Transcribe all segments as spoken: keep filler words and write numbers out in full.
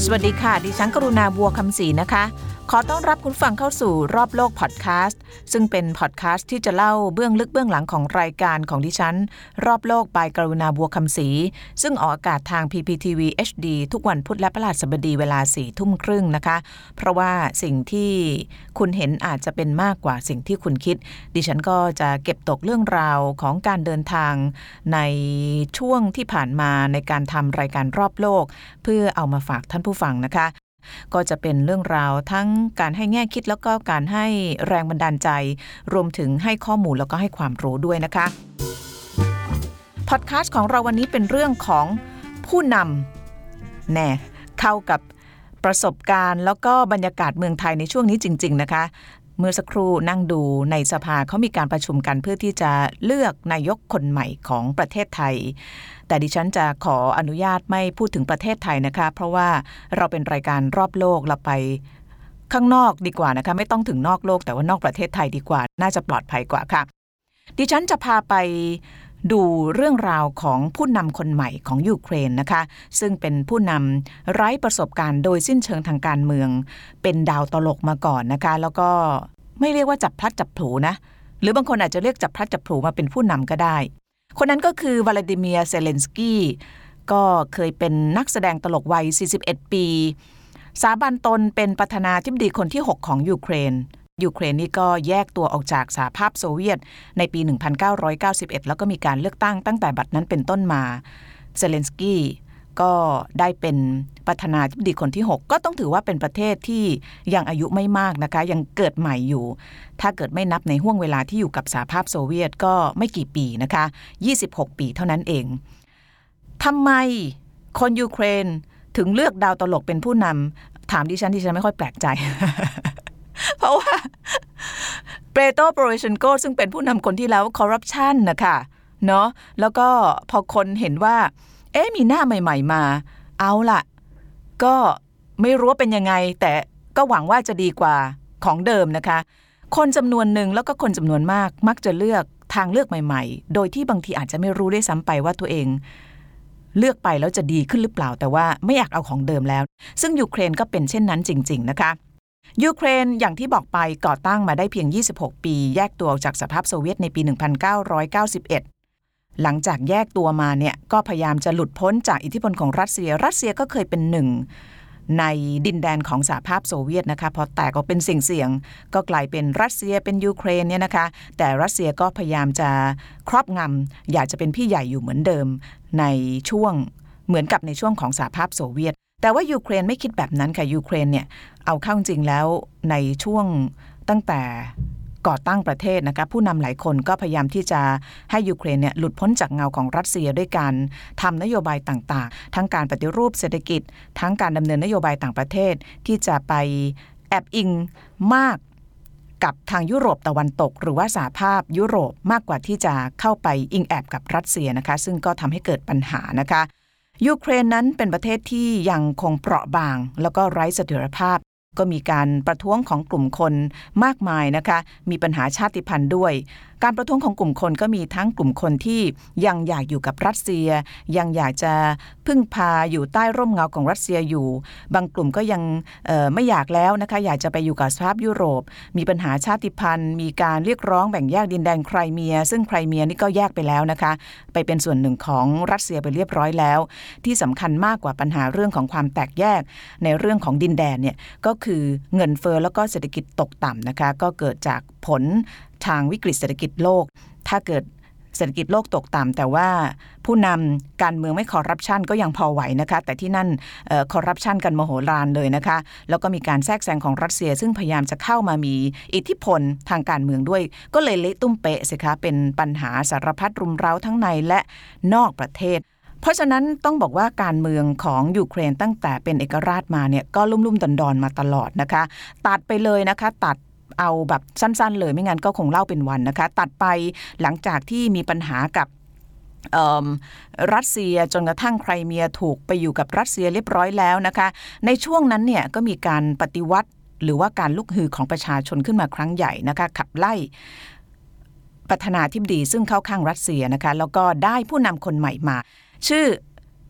สวัสดีค่ะดิฉันกรุณาบัวคำศรีนะคะขอต้อนรับคุณฟังเข้าสู่รอบโลกพอดแคสต์ซึ่งเป็นพอดแคสต์ที่จะเล่าเบื้องลึกเบื้องหลังของรายการของดิฉันรอบโลกบายกรุณาบัวคำศรีซึ่งออกอากาศทาง พี พี ที วี เอช ดี ทุกวันพุธและพฤหัสบดีเวลาสี่ทุ่มครึ่งนะคะเพราะว่าสิ่งที่คุณเห็นอาจจะเป็นมากกว่าสิ่งที่คุณคิดดิฉันก็จะเก็บตกเรื่องราวของการเดินทางในช่วงที่ผ่านมาในการทำรายการรอบโลกเพื่อเอามาฝากท่านผู้ฟังนะคะก็จะเป็นเรื่องราวทั้งการให้แง่คิดแล้วก็การให้แรงบันดาลใจรวมถึงให้ข้อมูลแล้วก็ให้ความรู้ด้วยนะคะพอดแคสต์ของเราวันนี้เป็นเรื่องของผู้นำแน่เข้ากับประสบการณ์แล้วก็บรรยากาศเมืองไทยในช่วงนี้จริงๆนะคะเมื่อสักครู่นั่งดูในสภาเขามีการประชุมกันเพื่อที่จะเลือกนายกคนใหม่ของประเทศไทยแต่ดิฉันจะขออนุญาตไม่พูดถึงประเทศไทยนะคะเพราะว่าเราเป็นรายการรอบโลกเราไปข้างนอกดีกว่านะคะไม่ต้องถึงนอกโลกแต่ว่านอกประเทศไทยดีกว่าน่าจะปลอดภัยกว่าค่ะดิฉันจะพาไปดูเรื่องราวของผู้นำคนใหม่ของยูเครนนะคะซึ่งเป็นผู้นำไร้ประสบการณ์โดยสิ้นเชิงทางการเมืองเป็นดาวตลกมาก่อนนะคะแล้วก็ไม่เรียกว่าจับพลัดจับผลูนะหรือบางคนอาจจะเรียกจับพลัดจับผลูมาเป็นผู้นำก็ได้คนนั้นก็คือวลาดิเมียร์เซเลนสกี้ก็เคยเป็นนักแสดงตลกวัยสี่สิบเอ็ดปีสาบันตนเป็นประธานาธิบดีคนที่หกของยูเครนยูเครนนี่ก็แยกตัวออกจากสหภาพโซเวียตในปีหนึ่งพันเก้าร้อยเก้าสิบเอ็ดแล้วก็มีการเลือกตั้งตั้งแต่บัดนั้นเป็นต้นมาเซเลนสกี้ก็ได้เป็นประธานาธิบดีคนที่หกก็ต้องถือว่าเป็นประเทศที่ยังอายุไม่มากนะคะยังเกิดใหม่อยู่ถ้าเกิดไม่นับในห่วงเวลาที่อยู่กับสหภาพโซเวียตก็ไม่กี่ปีนะคะยี่สิบหกปีเท่านั้นเองทำไมคนยูเครนถึงเลือกดาวตลกเป็นผู้นำถามดิฉันดิฉันไม่ค่อยแปลกใจ เพราะว่าเปโตรโปโรเชนโกซึ่งเป็นผู้นำคนที่แล้วคอร์รัปชันนะคะเนาะแล้วก็พอคนเห็นว่าเอ๊ะมีหน้าใหม่ๆมาเอาล่ะก็ไม่รู้ว่าเป็นยังไงแต่ก็หวังว่าจะดีกว่าของเดิมนะคะคนจำนวนหนึ่งแล้วก็คนจำนวนมากมักจะเลือกทางเลือกใหม่ๆโดยที่บางทีอาจจะไม่รู้ด้วยซ้ำไปว่าตัวเองเลือกไปแล้วจะดีขึ้นหรือเปล่าแต่ว่าไม่อยากเอาของเดิมแล้วซึ่งยูเครนก็เป็นเช่นนั้นจริงๆนะคะยูเครนอย่างที่บอกไปก่อตั้งมาได้เพียงยี่สิบหกปีแยกตัวออกจากสหภาพโซเวียตในปีหนึ่งพันเก้าร้อยเก้าสิบเอ็ดหลังจากแยกตัวมาเนี่ยก็พยายามจะหลุดพ้นจากอิทธิพลของรัสเซียรัสเซียก็เคยเป็นหนึ่งในดินแดนของสหภาพโซเวียตนะคะพอแตกออกเป็นเสี่ยงๆก็กลายเป็นรัสเซียเป็นยูเครนเนี่ยนะคะแต่รัสเซียก็พยายามจะครอบงำอยากจะเป็นพี่ใหญ่อยู่เหมือนเดิมในช่วงเหมือนกับในช่วงของสหภาพโซเวียตแต่ว่ายูเครนไม่คิดแบบนั้นค่ะยูเครนเนี่ยเอาเข้าจริงแล้วในช่วงตั้งแต่ก่อตั้งประเทศนะคะผู้นำหลายคนก็พยายามที่จะให้ยูเครนเนี่ยหลุดพ้นจากเงาของรัสเซียด้วยการทำนโยบายต่างๆทั้งการปฏิรูปเศรษฐกิจทั้งการดำเนินนโยบายต่างประเทศที่จะไปแอบอิงมากกับทางยุโรปตะวันตกหรือว่าสหภาพยุโรปมากกว่าที่จะเข้าไปอิงแอบกับรัสเซียนะคะซึ่งก็ทำให้เกิดปัญหานะคะยูเครนนั้นเป็นประเทศที่ยังคงเปราะบางแล้วก็ไร้เสถียรภาพก็มีการประท้วงของกลุ่มคนมากมายนะคะมีปัญหาชาติพันธุ์ด้วยการประท้วงของกลุ่มคนก็มีทั้งกลุ่มคนที่ยังอยากอยู่กับรัสเซียยังอยากจะพึ่งพาอยู่ใต้ร่มเงาของรัสเซียอยู่บางกลุ่มก็ยังเอ่อไม่อยากแล้วนะคะอยากจะไปอยู่กับสหภาพยุโรปมีปัญหาชาติพันธุ์มีการเรียกร้องแบ่งแยกดินแดนไครเมียซึ่งไครเมียนี่ก็แยกไปแล้วนะคะไปเป็นส่วนหนึ่งของรัสเซียไปเรียบร้อยแล้วที่สำคัญมากกว่าปัญหาเรื่องของความแตกแยกในเรื่องของดินแดนเนี่ยก็คือเงินเฟ้อแล้วก็เศรษฐกิจตกต่ำนะคะก็เกิดจากผลทางวิกฤตเศรษฐกิจโลกถ้าเกิดเศรษฐกิจโลกตกต่ำแต่ว่าผู้นำการเมืองไม่คอร์รัปชันก็ยังพอไหวนะคะแต่ที่นั่นเอ่อคอร์รัปชันกันมโหฬารเลยนะคะแล้วก็มีการแทรกแซงของรัสเซียซึ่งพยายามจะเข้ามามีอิทธิพลทางการเมืองด้วยก็เลยเละตุ้มเป๊ะสิคะเป็นปัญหาสารพัดรุมเร้าทั้งในและนอกประเทศเพราะฉะนั้นต้องบอกว่าการเมืองของยูเครนตั้งแต่เป็นเอกราชมาเนี่ยก็ลุ่มๆดอนๆมาตลอดนะคะตัดไปเลยนะคะตัดเอาแบบสั้นๆเลยไม่งั้นก็คงเล่าเป็นวันนะคะตัดไปหลังจากที่มีปัญหากับรัสเซียจนกระทั่งไครเมียถูกไปอยู่กับรัสเซียเรียบร้อยแล้วนะคะในช่วงนั้นเนี่ยก็มีการปฏิวัติหรือว่าการลุกฮือของประชาชนขึ้นมาครั้งใหญ่นะคะขับไล่ประธานาธิบดีซึ่งเข้าข้างรัสเซียนะคะแล้วก็ได้ผู้นำคนใหม่มาชื่อ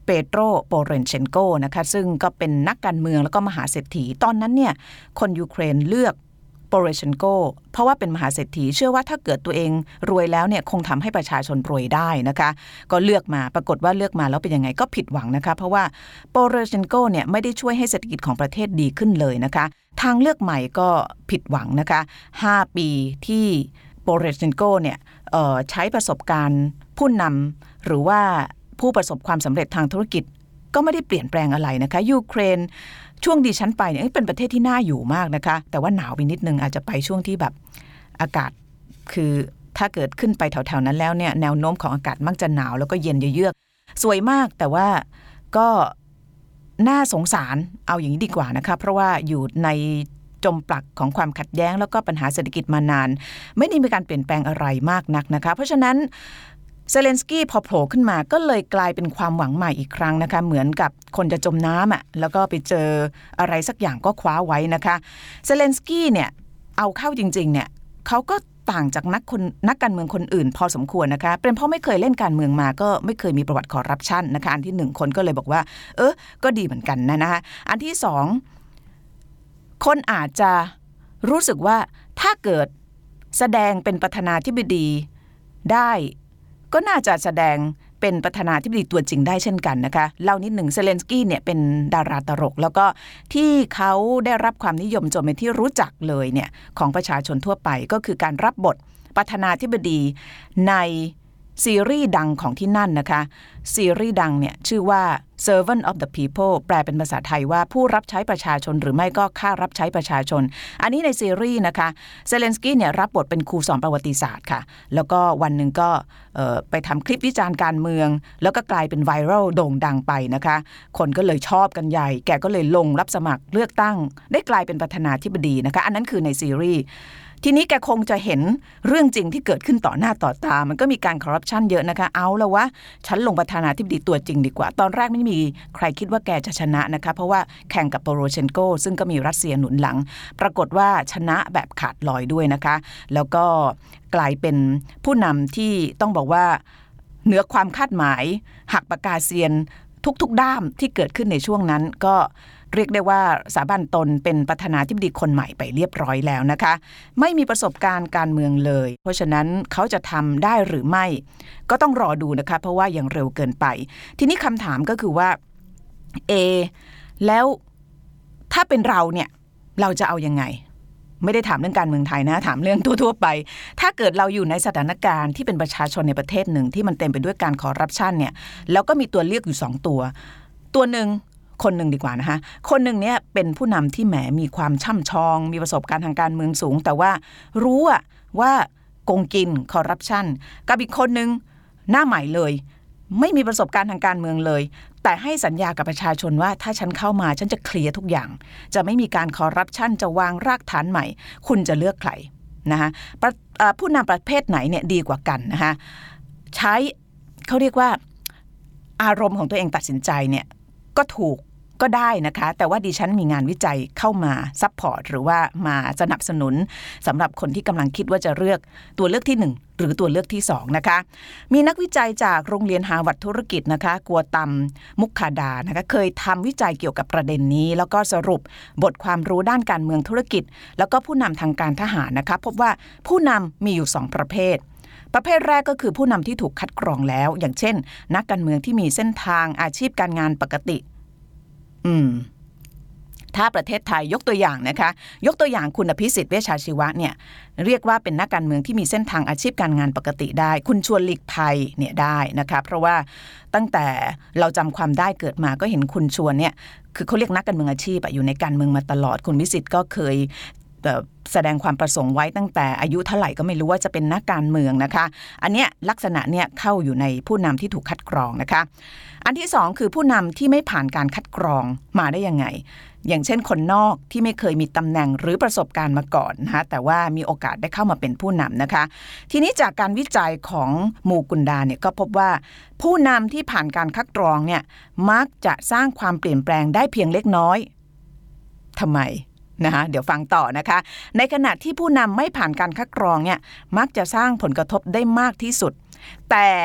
เปโตรโปโรเชนโกนะคะซึ่งก็เป็นนักการเมืองแล้วก็มหาเศรษฐีตอนนั้นเนี่ยคนยูเครนเลือกโปโรเชนโกเพราะว่าเป็นมหาเศรษฐีเชื่อว่าถ้าเกิดตัวเองรวยแล้วเนี่ยคงทำให้ประชาชนรวยได้นะคะก็เลือกมาปรากฏว่าเลือกมาแล้วเป็นยังไงก็ผิดหวังนะคะเพราะว่าโปโรเชนโกเนี่ยไม่ได้ช่วยให้เศรษฐกิจของประเทศดีขึ้นเลยนะคะทางเลือกใหม่ก็ผิดหวังนะคะห้าปีที่โปโรเชนโกเนี่ยเอ่อใช้ประสบการณ์ผู้นำหรือว่าผู้ประสบความสำเร็จทางธุรกิจก็ไม่ได้เปลี่ยนแปลงอะไรนะคะยูเครนช่วงดิฉันไปเนี่ยเป็นประเทศที่น่าอยู่มากนะคะแต่ว่าหนาวไปนิดนึงอาจจะไปช่วงที่แบบอากาศคือถ้าเกิดขึ้นไปแถวๆนั้นแล้วเนี่ยแนวโน้มของอากาศมักจะหนาวแล้วก็เย็นเยือกสวยมากแต่ว่าก็น่าสงสารเอาอย่างนี้ดีกว่านะคะเพราะว่าอยู่ในจมปลักของความขัดแย้งแล้วก็ปัญหาเศรษฐกิจมานานไม่ได้มีการเปลี่ยนแปลงอะไรมากนักนะคะเพราะฉะนั้นเซเลนสกี้พอโผล่ขึ้นมาก็เลยกลายเป็นความหวังใหม่อีกครั้งนะคะเหมือนกับคนจะจมน้ำอ่ะแล้วก็ไปเจออะไรสักอย่างก็คว้าไว้นะคะเซเลนสกี้เนี่ยเอาเข้าจริงๆเนี่ยเขาก็ต่างจากนักคนนักการเมืองคนอื่นพอสมควรนะคะเป็นเพราะไม่เคยเล่นการเมืองมาก็ไม่เคยมีประวัติคอร์รัปชันนะคะอันที่หนึ่งคนก็เลยบอกว่าเออก็ดีเหมือนกันนะนะคะอันที่สองคนอาจจะรู้สึกว่าถ้าเกิดแสดงเป็นประธานาธิบดีได้ก็น่าจะแสดงเป็นประธานาธิบดีตัวจริงได้เช่นกันนะคะเล่านิดหนึ่งเซเลนสกี้เนี่ยเป็นดาราตลกแล้วก็ที่เขาได้รับความนิยมจนเป็นที่รู้จักเลยเนี่ยของประชาชนทั่วไปก็คือการรับบทประธานาธิบดีในซีรีส์ดังของที่นั่นนะคะซีรีส์ดังเนี่ยชื่อว่า Servant of the People แปลเป็นภาษาไทยว่าผู้รับใช้ประชาชนหรือไม่ก็ข้ารับใช้ประชาชนอันนี้ในซีรีส์นะคะเซเลนสกี้เนี่ยรับบทเป็นครูสอนประวัติศาสตร์ค่ะแล้วก็วันหนึ่งก็ไปทำคลิปวิจารณ์การเมืองแล้วก็กลายเป็นไวรัลโด่งดังไปนะคะคนก็เลยชอบกันใหญ่แกก็เลยลงรับสมัครเลือกตั้งได้กลายเป็นประธานาธิบดีนะคะอันนั้นคือในซีรีส์ทีนี้แกคงจะเห็นเรื่องจริงที่เกิดขึ้นต่อหน้าต่อตามันก็มีการคอร์รัปชันเยอะนะคะเอาแล้ววะฉันลงประธานาธิบดีตัวจริงดีกว่าตอนแรกไม่มีใครคิดว่าแกจะชนะนะคะเพราะว่าแข่งกับโปโรเชนโกซึ่งก็มีรัสเซียหนุนหลังปรากฏว่าชนะแบบขาดลอยด้วยนะคะแล้วก็กลายเป็นผู้นำที่ต้องบอกว่าเหนือความคาดหมายหักปากกาเซียนทุกๆด้ามที่เกิดขึ้นในช่วงนั้นก็เรียกได้ว่าสาบันตนเป็นประธานาธิบดีคนใหม่ไปเรียบร้อยแล้วนะคะไม่มีประสบการณ์การเมืองเลยเพราะฉะนั้นเขาจะทำได้หรือไม่ก็ต้องรอดูนะคะเพราะว่ายังเร็วเกินไปทีนี้คำถามก็คือว่าเอแล้วถ้าเป็นเราเนี่ยเราจะเอายังไงไม่ได้ถามเรื่องการเมืองไทยนะถามเรื่องทั่วๆไปถ้าเกิดเราอยู่ในสถานการณ์ที่เป็นประชาชนในประเทศหนึ่งที่มันเต็มไปด้วยการคอร์รัปชันเนี่ยแล้วก็มีตัวเลือกอยู่สองตัวตัวหนึ่งคนหนึ่งดีกว่านะคะคนหนึ่งเนี่ยเป็นผู้นำที่แหมมีความช่ำชองมีประสบการณ์ทางการเมืองสูงแต่ว่ารู้อะว่าโกงกินคอร์รัปชันกับอีกคนหนึ่งหน้าใหม่เลยไม่มีประสบการณ์ทางการเมืองเลยแต่ให้สัญญากับประชาชนว่าถ้าฉันเข้ามาฉันจะเคลียร์ทุกอย่างจะไม่มีการคอร์รัปชันจะวางรากฐานใหม่คุณจะเลือกใครนะคะผู้นำประเภทไหนเนี่ยดีกว่ากันนะคะใช้เขาเรียกว่าอารมณ์ของตัวเองตัดสินใจเนี่ยก็ถูกก็ได้นะคะแต่ว่าดิฉันมีงานวิจัยเข้ามาซัพพอร์ตหรือว่ามาสนับสนุนสำหรับคนที่กำลังคิดว่าจะเลือกตัวเลือกที่หนึ่งหรือตัวเลือกที่สองนะคะมีนักวิจัยจากโรงเรียนฮาร์วาร์ดธุรกิจนะคะกัวตัมมุคคาดานะคะเคยทำวิจัยเกี่ยวกับประเด็นนี้แล้วก็สรุปบทความรู้ด้านการเมืองธุรกิจแล้วก็ผู้นำทางการทหารนะคะพบว่าผู้นำมีอยู่สองประเภทประเภทแรกก็คือผู้นำที่ถูกคัดกรองแล้วอย่างเช่นนักการเมืองที่มีเส้นทางอาชีพการงานปกติอืมถ้าประเทศไทยยกตัวอย่างนะคะยกตัวอย่างคุณอภิสิทธิ์เวชชาชีวะเนี่ยเรียกว่าเป็นนักการเมืองที่มีเส้นทางอาชีพการงานปกติได้คุณชวนหลีกภัยเนี่ยได้นะคะเพราะว่าตั้งแต่เราจำความได้เกิดมาก็เห็นคุณชวนเนี่ยคือเขาเรียกนักการเมืองอาชีพอยู่ในการเมืองมาตลอดคุณวิสิทธิ์ก็เคยแสดงความประสงค์ไว้ตั้งแต่อายุเท่าไหร่ก็ไม่รู้ว่าจะเป็นนักการเมืองนะคะอันเนี้ยลักษณะเนี่ยเข้าอยู่ในผู้นำที่ถูกคัดกรองนะคะอันที่สองคือผู้นำที่ไม่ผ่านการคัดกรองมาได้ยังไงอย่างเช่นคนนอกที่ไม่เคยมีตำแหน่งหรือประสบการณ์มาก่อนนะคะแต่ว่ามีโอกาสได้เข้ามาเป็นผู้นำนะคะทีนี้จากการวิจัยของมูกุนดาเนี่ยก็พบว่าผู้นำที่ผ่านการคัดกรองเนี่ยมักจะสร้างความเปลี่ยนแปลงได้เพียงเล็กน้อยทำไมนะคะเดี๋ยวฟังต่อนะคะในขณะที่ผู้นำไม่ผ่านการคัดกรองเนี่ยมักจะสร้างผลกระทบได้มากที่สุดแต่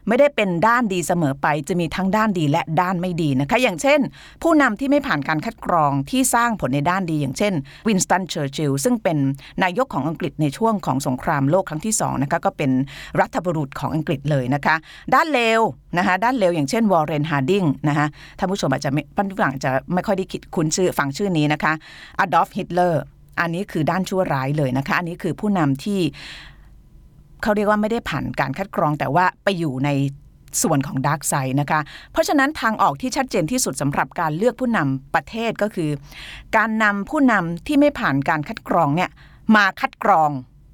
ไม่ได้เป็นด้านดีเสมอไปจะมีทั้งด้านดีและด้านไม่ดีนะคะอย่างเช่นผู้นำที่ไม่ผ่านการคัดกรองที่สร้างผลในด้านดีอย่างเช่นวินสตันเชอร์ชิลล์ซึ่งเป็นนายกของอังกฤษในช่วงของสงครามโลกครั้งที่สองนะคะก็เป็นรัฐบุรุษของอังกฤษเลยนะคะด้านเลวนะคะด้านเลวอย่างเช่นวอร์เรน ฮาร์ดิงนะคะท่านผู้ชมอาจจะท่านผู้ฟังจะไม่ค่อยได้คิดคุ้นชื่อฟังชื่อนี้นะคะอดอล์ฟ ฮิตเลอร์อันนี้คือด้านชั่วร้ายเลยนะคะอันนี้คือผู้นำที่เขาเรียกว่าไม่ได้ผ่านการคัดกรองแต่ว่าไปอยู่ในส่วนของดาร์กไซด์นะคะเพราะฉะนั้นทางออกที่ชัดเจนที่สุดสำหรับการเลือกผู้นำประเทศก็คือการนำผู้นำที่ไม่ผ่านการคัดกรองเนี่ยมาคัดกรอง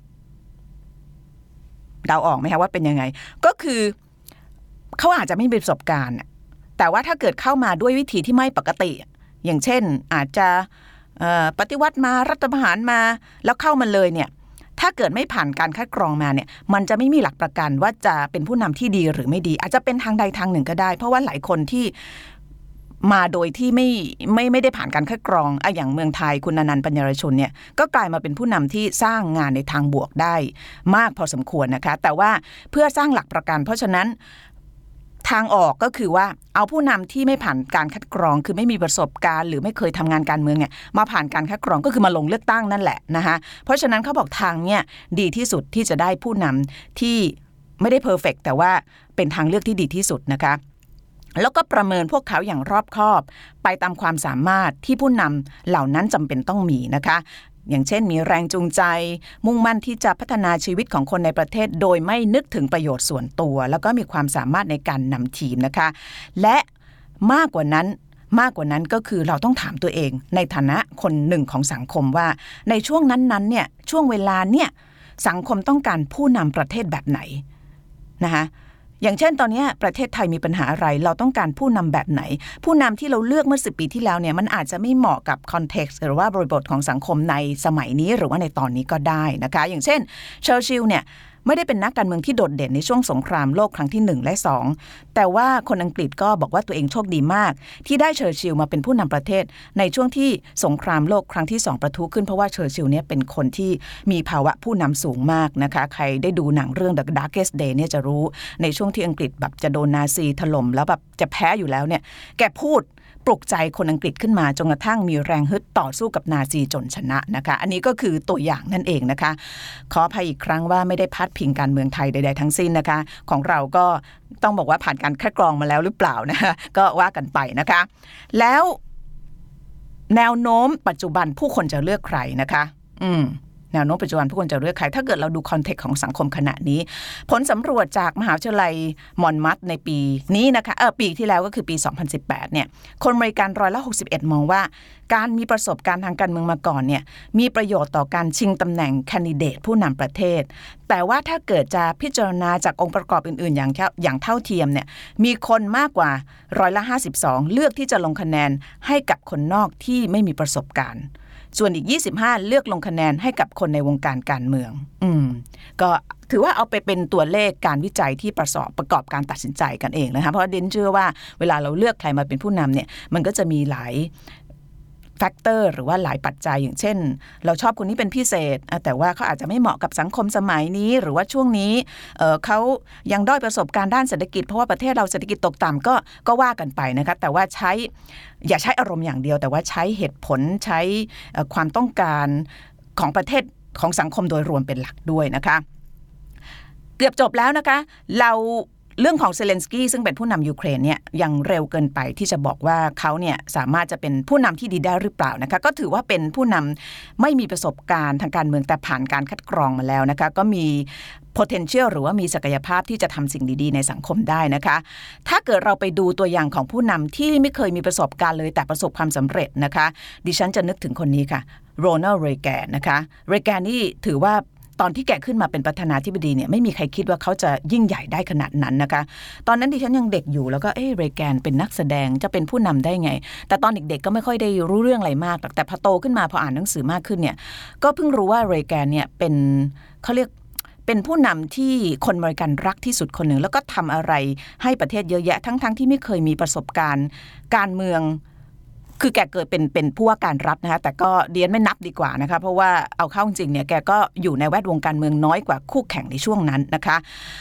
เดาออกไหมคะว่าเป็นยังไงก็คือเขาอาจจะไม่มีประสบการณ์แต่ว่าถ้าเกิดเข้ามาด้วยวิธีที่ไม่ปกติอย่างเช่นอาจจะปฏิวัติมารัฐประหารมาแล้วเข้ามาเลยเนี่ยถ้าเกิดไม่ผ่านการคัดกรองมาเนี่ยมันจะไม่มีหลักประกันว่าจะเป็นผู้นำที่ดีหรือไม่ดีอาจจะเป็นทางใดทางหนึ่งก็ได้เพราะว่าหลายคนที่มาโดยที่ไม่ไม่ไม่ได้ผ่านการคัดกรองอ่ะอย่างเมืองไทยคุณอนันต์ปัญญารชุนเนี่ยก็กลายมาเป็นผู้นำที่สร้างงานในทางบวกได้มากพอสมควรนะคะแต่ว่าเพื่อสร้างหลักประกันเพราะฉะนั้นทางออกก็คือว่าเอาผู้นำที่ไม่ผ่านการคัดกรองคือไม่มีประสบการณ์หรือไม่เคยทำงานการเมืองเนี่ยมาผ่านการคัดกรองก็คือมาลงเลือกตั้งนั่นแหละนะคะเพราะฉะนั้นเขาบอกทางเนี่ยดีที่สุดที่จะได้ผู้นำที่ไม่ได้เพอร์เฟกต์แต่ว่าเป็นทางเลือกที่ดีที่สุดนะคะแล้วก็ประเมินพวกเขาอย่างรอบคอบไปตามความสามารถที่ผู้นำเหล่านั้นจำเป็นต้องมีนะคะอย่างเช่นมีแรงจูงใจมุ่งมั่นที่จะพัฒนาชีวิตของคนในประเทศโดยไม่นึกถึงประโยชน์ส่วนตัวแล้วก็มีความสามารถในการนำทีมนะคะและมากกว่านั้นมากกว่านั้นก็คือเราต้องถามตัวเองในฐานะคนหนึ่งของสังคมว่าในช่วงนั้นๆเนี่ยช่วงเวลาเนี่ยสังคมต้องการผู้นำประเทศแบบไหนนะคะอย่างเช่นตอนนี้ประเทศไทยมีปัญหาอะไรเราต้องการผู้นำแบบไหนผู้นำที่เราเลือกเมื่อสิบปีที่แล้วเนี่ยมันอาจจะไม่เหมาะกับคอนเท็กซ์หรือว่าบริบทของสังคมในสมัยนี้หรือว่าในตอนนี้ก็ได้นะคะอย่างเช่นเชอร์ชิลล์เนี่ยไม่ได้เป็นนักการเมืองที่โดดเด่นในช่วงสงครามโลกครั้งที่หนึ่งและสองแต่ว่าคนอังกฤษก็บอกว่าตัวเองโชคดีมากที่ได้เชอร์ชิลล์มาเป็นผู้นำประเทศในช่วงที่สงครามโลกครั้งที่สองประทุขึ้นเพราะว่าเชอร์ชิลล์เนี่ยเป็นคนที่มีภาวะผู้นำสูงมากนะคะใครได้ดูหนังเรื่อง The Darkest Day เนี่ยจะรู้ในช่วงที่อังกฤษแบบจะโดนนาซีถล่มแล้วแบบจะแพ้อยู่แล้วเนี่ยแกพูดปลุกใจคนอังกฤษขึ้นมาจนกระทั่งมีแรงฮึดต่อสู้กับนาซีจนชนะนะคะอันนี้ก็คือตัวอย่างนั่นเองนะคะขออภัยอีกครั้งว่าไม่ได้พาดพิงการเมืองไทยใดๆทั้งสิ้นนะคะของเราก็ต้องบอกว่าผ่านการคัดกรองมาแล้วหรือเปล่านะคะก็ว่ากันไปนะคะแล้วแนวโน้มปัจจุบันผู้คนจะเลือกใครนะคะอืมแนวโน้มปัจจุบันผู้คนจะเลือกใครถ้าเกิดเราดูคอนเทกต์ของสังคมขณะนี้ผลสำรวจจากมหาวิทยาลัยมอนมัตในปีนี้นะคะเออปีที่แล้วก็คือปีสองพันสิบแปดเนี่ยคนอเมริกันร้อยละหกสิบเอ็ดมองว่าการมีประสบการณ์ทางการเมืองมาก่อนเนี่ยมีประโยชน์ต่อการชิงตำแหน่งแคนดิเดตผู้นำประเทศแต่ว่าถ้าเกิดจะพิจารณาจากองค์ประกอบอื่นๆอย่างอย่างเท่าเทียมเนี่ยมีคนมากกว่าร้อยละห้าสิบสองเลือกที่จะลงคะแนนให้กับคนนอกที่ไม่มีประสบการณ์ส่วนอีกยี่สิบห้าเลือกลงคะแนนให้กับคนในวงการการเมืองอืมก็ถือว่าเอาไปเป็นตัวเลขการวิจัยที่ประกอบประกอบการตัดสินใจกันเองนะคะเพราะเดนเชื่อว่าเวลาเราเลือกใครมาเป็นผู้นำเนี่ยมันก็จะมีหลายแฟกเตอร์หรือว่าหลายปัจจัยอย่างเช่นเราชอบคนนี้เป็นพิเศษแต่ว่าเขาอาจจะไม่เหมาะกับสังคมสมัยนี้หรือว่าช่วงนี้ เอ่อ เขายังด้อยประสบการณ์ด้านเศรษฐกิจเพราะว่าประเทศเราเศรษฐกิจตกต่ำก็ก็ว่ากันไปนะคะแต่ว่าใช้อย่าใช้อารมณ์อย่างเดียวแต่ว่าใช้เหตุผลใช้ความต้องการของประเทศของสังคมโดยรวมเป็นหลักด้วยนะคะเกือบจบแล้วนะคะเราเรื่องของเซเลนสกี้ซึ่งเป็นผู้นำยูเครนเนี่ยยังเร็วเกินไปที่จะบอกว่าเขาเนี่ยสามารถจะเป็นผู้นำที่ดีได้หรือเปล่านะคะก็ถือว่าเป็นผู้นำไม่มีประสบการณ์ทางการเมืองแต่ผ่านการคัดกรองมาแล้วนะคะก็มี potential หรือว่ามีศักยภาพที่จะทำสิ่งดีๆในสังคมได้นะคะถ้าเกิดเราไปดูตัวอย่างของผู้นำที่ไม่เคยมีประสบการณ์เลยแต่ประสบความสำเร็จนะคะดิฉันจะนึกถึงคนนี้ค่ะโรนัลด์ เรแกนนะคะเรแกนนี่ถือว่าตอนที่แกขึ้นมาเป็นประธานาธิบดีเนี่ยไม่มีใครคิดว่าเขาจะยิ่งใหญ่ได้ขนาดนั้นนะคะตอนนั้นดิฉันยังเด็กอยู่แล้วก็เอ๊ะเรแกนเป็นนักแสดงจะเป็นผู้นำได้ไงแต่ตอนเด็กๆก็ไม่ค่อยได้รู้เรื่องอะไรมากแต่พอโตขึ้นมาพออ่านหนังสือมากขึ้นเนี่ยก็เพิ่งรู้ว่าเรแกนเนี่ยเป็นเขาเรียกเป็นผู้นำที่คนอเมริกันรักที่สุดคนหนึ่งแล้วก็ทำอะไรให้ประเทศเยอะแยะทั้งๆที่ไม่เคยมีประสบการณ์การเมืองคือแกเกิดเป็นเป็นผู้ว่าการรัฐนะคะแต่ก็เดียนไม่นับดีกว่านะคะเพราะว่าเอาเข้าจริงเนี่ยแกก็อยู่ในแวดวงการเมืองน้อยกว่าคู่แข่งในช่วงนั้นนะคะ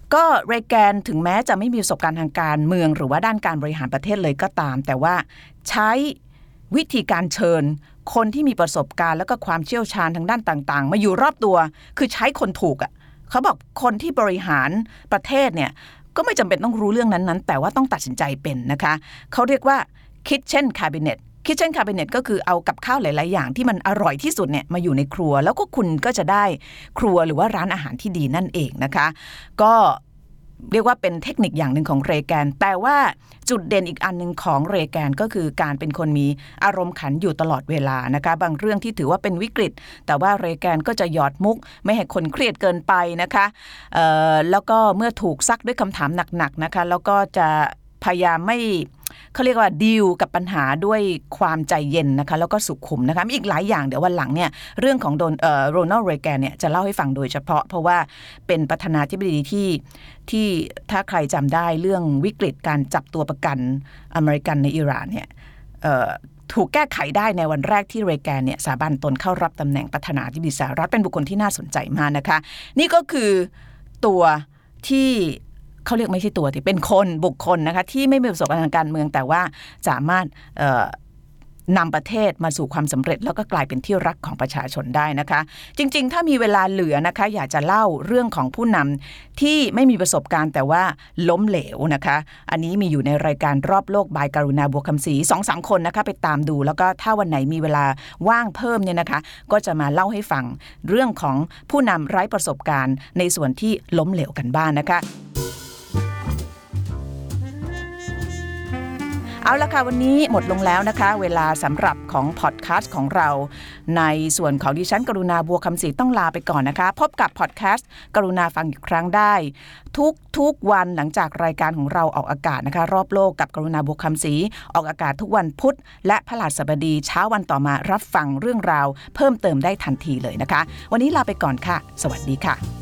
ก็เรแกนถึงแม้จะไม่มีประสบการณ์ทางการเมืองหรือว่าด้านการบริหารประเทศเลยก็ตามแต่ว่าใช้วิธีการเชิญคนที่มีประสบการณ์แล้วก็ความเชี่ยวชาญทางด้านต่างๆมาอยู่รอบตัวคือใช้คนถูกอ่ะเขาบอกคนที่บริหารประเทศเนี่ยก็ไม่จำเป็นต้องรู้เรื่องนั้นๆแต่ว่าต้องตัดสินใจเป็นนะคะเขาเรียกว่า Kitchen Cabinet Kitchen Cabinet ก็คือเอากับข้าวหลายๆอย่างที่มันอร่อยที่สุดเนี่ยมาอยู่ในครัวแล้วก็คุณก็จะได้ครัวหรือว่าร้านอาหารที่ดีนั่นเองนะคะก็เรียกว่าเป็นเทคนิคอย่างหนึ่งของเรแกนแต่ว่าจุดเด่นอีกอันนึงของเรแกนก็คือการเป็นคนมีอารมณ์ขันอยู่ตลอดเวลานะคะบางเรื่องที่ถือว่าเป็นวิกฤตแต่ว่าเรแกนก็จะหยอดมุกไม่ให้คนเครียดเกินไปนะคะเอ่อแล้วก็เมื่อถูกซักด้วยคำถามหนักๆนะคะแล้วก็จะพยายามไม่เขาเรียกว่าดีลกับปัญหาด้วยความใจเย็นนะคะแล้วก็สุขุมนะคะมีอีกหลายอย่างเดี๋ยววันหลังเนี่ยเรื่องของโดนเอ่อโรนัลด์เรแกนเนี่ยจะเล่าให้ฟังโดยเฉพาะเพราะว่าเป็นประธานาธิบดีที่ที่ถ้าใครจำได้เรื่องวิกฤตการจับตัวประกันอเมริกันในอิหร่านเนี่ยเอ่อถูกแก้ไขได้ในวันแรกที่เรแกนเนี่ยสาบานตนเข้ารับตำแหน่งประธานาธิบดีสหรัฐเป็นบุคคลที่น่าสนใจมากนะคะนี่ก็คือตัวที่เขาเรียกไม่ใช่ตัวที่เป็นคนบุคคลนะคะที่ไม่มีประสบการณ์ทางการเมืองแต่ว่าสามารถเอ่อนำประเทศมาสู่ความสำเร็จแล้วก็กลายเป็นที่รักของประชาชนได้นะคะจริงๆถ้ามีเวลาเหลือนะคะอยากจะเล่าเรื่องของผู้นำที่ไม่มีประสบการณ์แต่ว่าล้มเหลวนะคะอันนี้มีอยู่ในรายการรอบโลกบายกรุณาบัวคำศรี สองสาม คนนะคะไปตามดูแล้วก็ถ้าวันไหนมีเวลาว่างเพิ่มเนี่ยนะคะก็จะมาเล่าให้ฟังเรื่องของผู้นำไร้ประสบการณ์ในส่วนที่ล้มเหลวกันบ้างนะคะเอาละค่ะวันนี้หมดลงแล้วนะคะเวลาสำหรับของพอดแคสต์ของเราในส่วนของดิฉันกรุณาบัวคำศรีต้องลาไปก่อนนะคะพบกับพอดแคสต์กรุณาฟังอีกครั้งได้ทุกทุกวันหลังจากรายการของเราออกอากาศนะคะรอบโลกกับกรุณาบัวคำศรีออกอากาศทุกวันพุธและพฤหัสบดีเช้าวันต่อมารับฟังเรื่องราวเพิ่มเติมได้ทันทีเลยนะคะวันนี้ลาไปก่อนค่ะสวัสดีค่ะ